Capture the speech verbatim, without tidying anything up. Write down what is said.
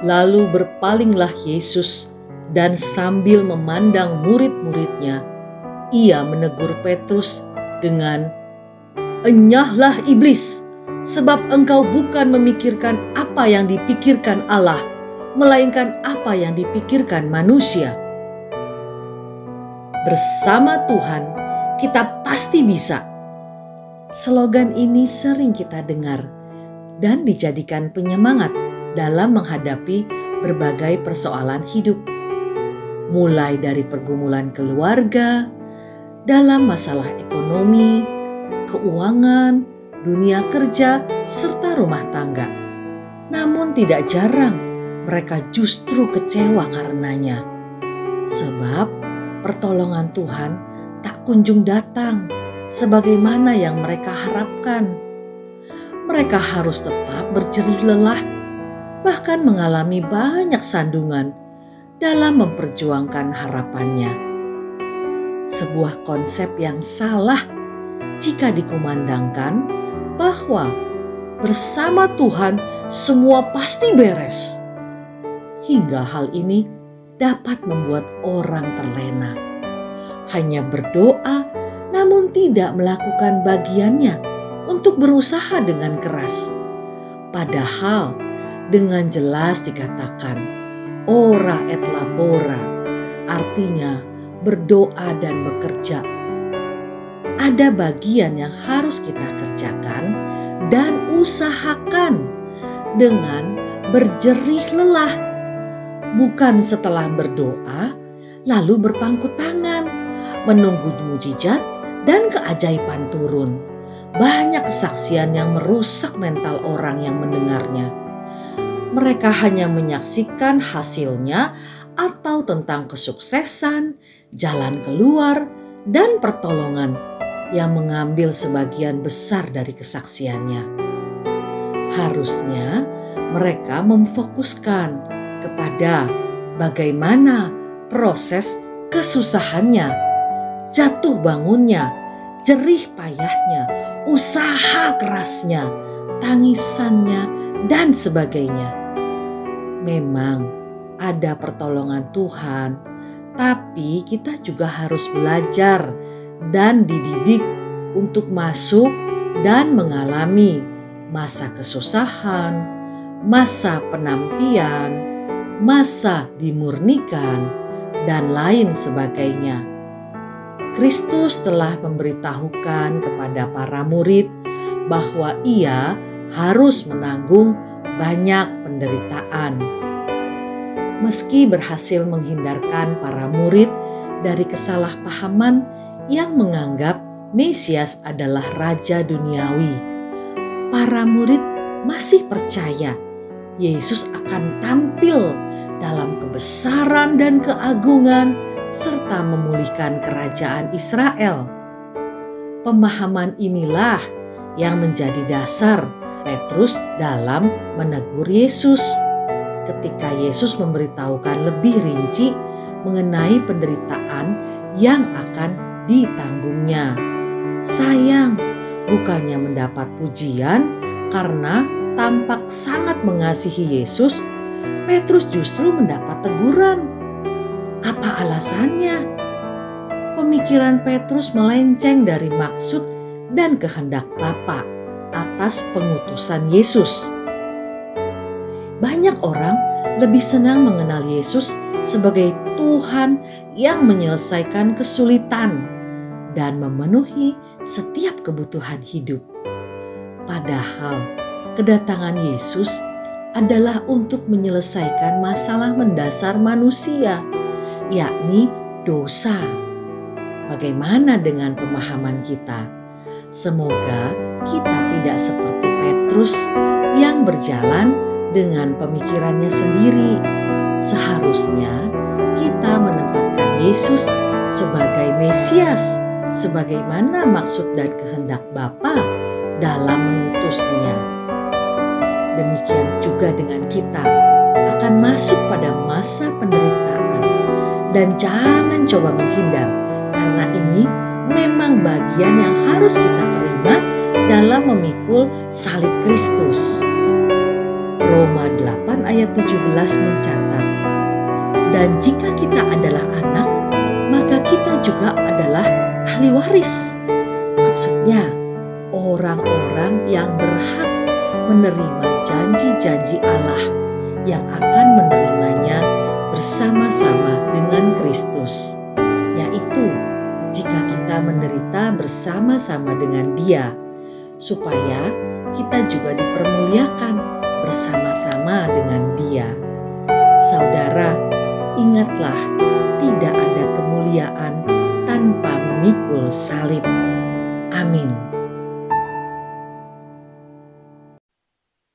Lalu berpalinglah Yesus dan sambil memandang murid-muridnya, ia menegur Petrus dengan, "Enyahlah iblis, sebab engkau bukan memikirkan apa yang dipikirkan Allah, melainkan apa yang dipikirkan manusia." Bersama Tuhan, kita pasti bisa. Slogan ini sering kita dengar dan dijadikan penyemangat dalam menghadapi berbagai persoalan hidup. Mulai dari pergumulan keluarga, dalam masalah ekonomi, keuangan, dunia kerja, serta rumah tangga. Namun tidak jarang mereka justru kecewa karenanya. Sebab pertolongan Tuhan tak kunjung datang sebagaimana yang mereka harapkan. Mereka harus tetap berjerih lelah, bahkan mengalami banyak sandungan dalam memperjuangkan harapannya. Sebuah konsep yang salah jika dikumandangkan bahwa bersama Tuhan semua pasti beres. Hingga hal ini dapat membuat orang terlena. Hanya berdoa namun tidak melakukan bagiannya untuk berusaha dengan keras. Padahal dengan jelas dikatakan ora et labora, artinya berdoa dan bekerja. Ada bagian yang harus kita kerjakan dan usahakan dengan berjerih lelah. Bukan setelah berdoa lalu berpangku tangan menunggu mujizat dan keajaiban turun. Banyak kesaksian yang merusak mental orang yang mendengarnya. Mereka hanya menyaksikan hasilnya atau tentang kesuksesan, jalan keluar, dan pertolongan yang mengambil sebagian besar dari kesaksiannya. Harusnya mereka memfokuskan kepada bagaimana proses kesusahannya, jatuh bangunnya, jerih payahnya, usaha kerasnya, tangisannya, dan sebagainya. Memang ada pertolongan Tuhan, tapi kita juga harus belajar dan dididik untuk masuk dan mengalami masa kesusahan, masa penampian, masa dimurnikan, dan lain sebagainya. Kristus telah memberitahukan kepada para murid bahwa ia harus menanggung banyak penderitaan. Meski berhasil menghindarkan para murid dari kesalahpahaman yang menganggap Mesias adalah raja duniawi, para murid masih percaya Yesus akan tampil dalam kebesaran dan keagungan serta memulihkan kerajaan Israel. Pemahaman inilah yang menjadi dasar Petrus dalam menegur Yesus. Ketika Yesus memberitahukan lebih rinci mengenai penderitaan yang akan ditanggungnya. Sayang, bukannya mendapat pujian karena tampak sangat mengasihi Yesus, Petrus justru mendapat teguran. Apa alasannya? Pemikiran Petrus melenceng dari maksud dan kehendak Bapa atas pengutusan Yesus. Banyak orang lebih senang mengenal Yesus sebagai Tuhan yang menyelesaikan kesulitan dan memenuhi setiap kebutuhan hidup. Padahal kedatangan Yesus adalah untuk menyelesaikan masalah mendasar manusia, yakni dosa. Bagaimana dengan pemahaman kita? Semoga kita tidak seperti Petrus yang berjalan dengan pemikirannya sendiri. Seharusnya kita menempatkan Yesus sebagai Mesias, sebagaimana maksud dan kehendak Bapa dalam mengutusnya. Demikian juga dengan kita akan masuk pada masa penderitaan, dan jangan coba menghindar, karena ini memang bagian yang harus kita terima dalam memikul salib Kristus. Roma delapan ayat tujuh belas mencatat, "Dan jika kita adalah anak, maka kita juga adalah ahli waris." Maksudnya, orang-orang yang berhak menerima janji-janji Allah yang akan menerimanya bersama-sama dengan Kristus, yaitu jika kita menderita bersama-sama dengan Dia, supaya kita juga dipermuliakan bersama-sama dengan Dia. Saudara, ingatlah, tidak ada kemuliaan tanpa memikul salib. Amin.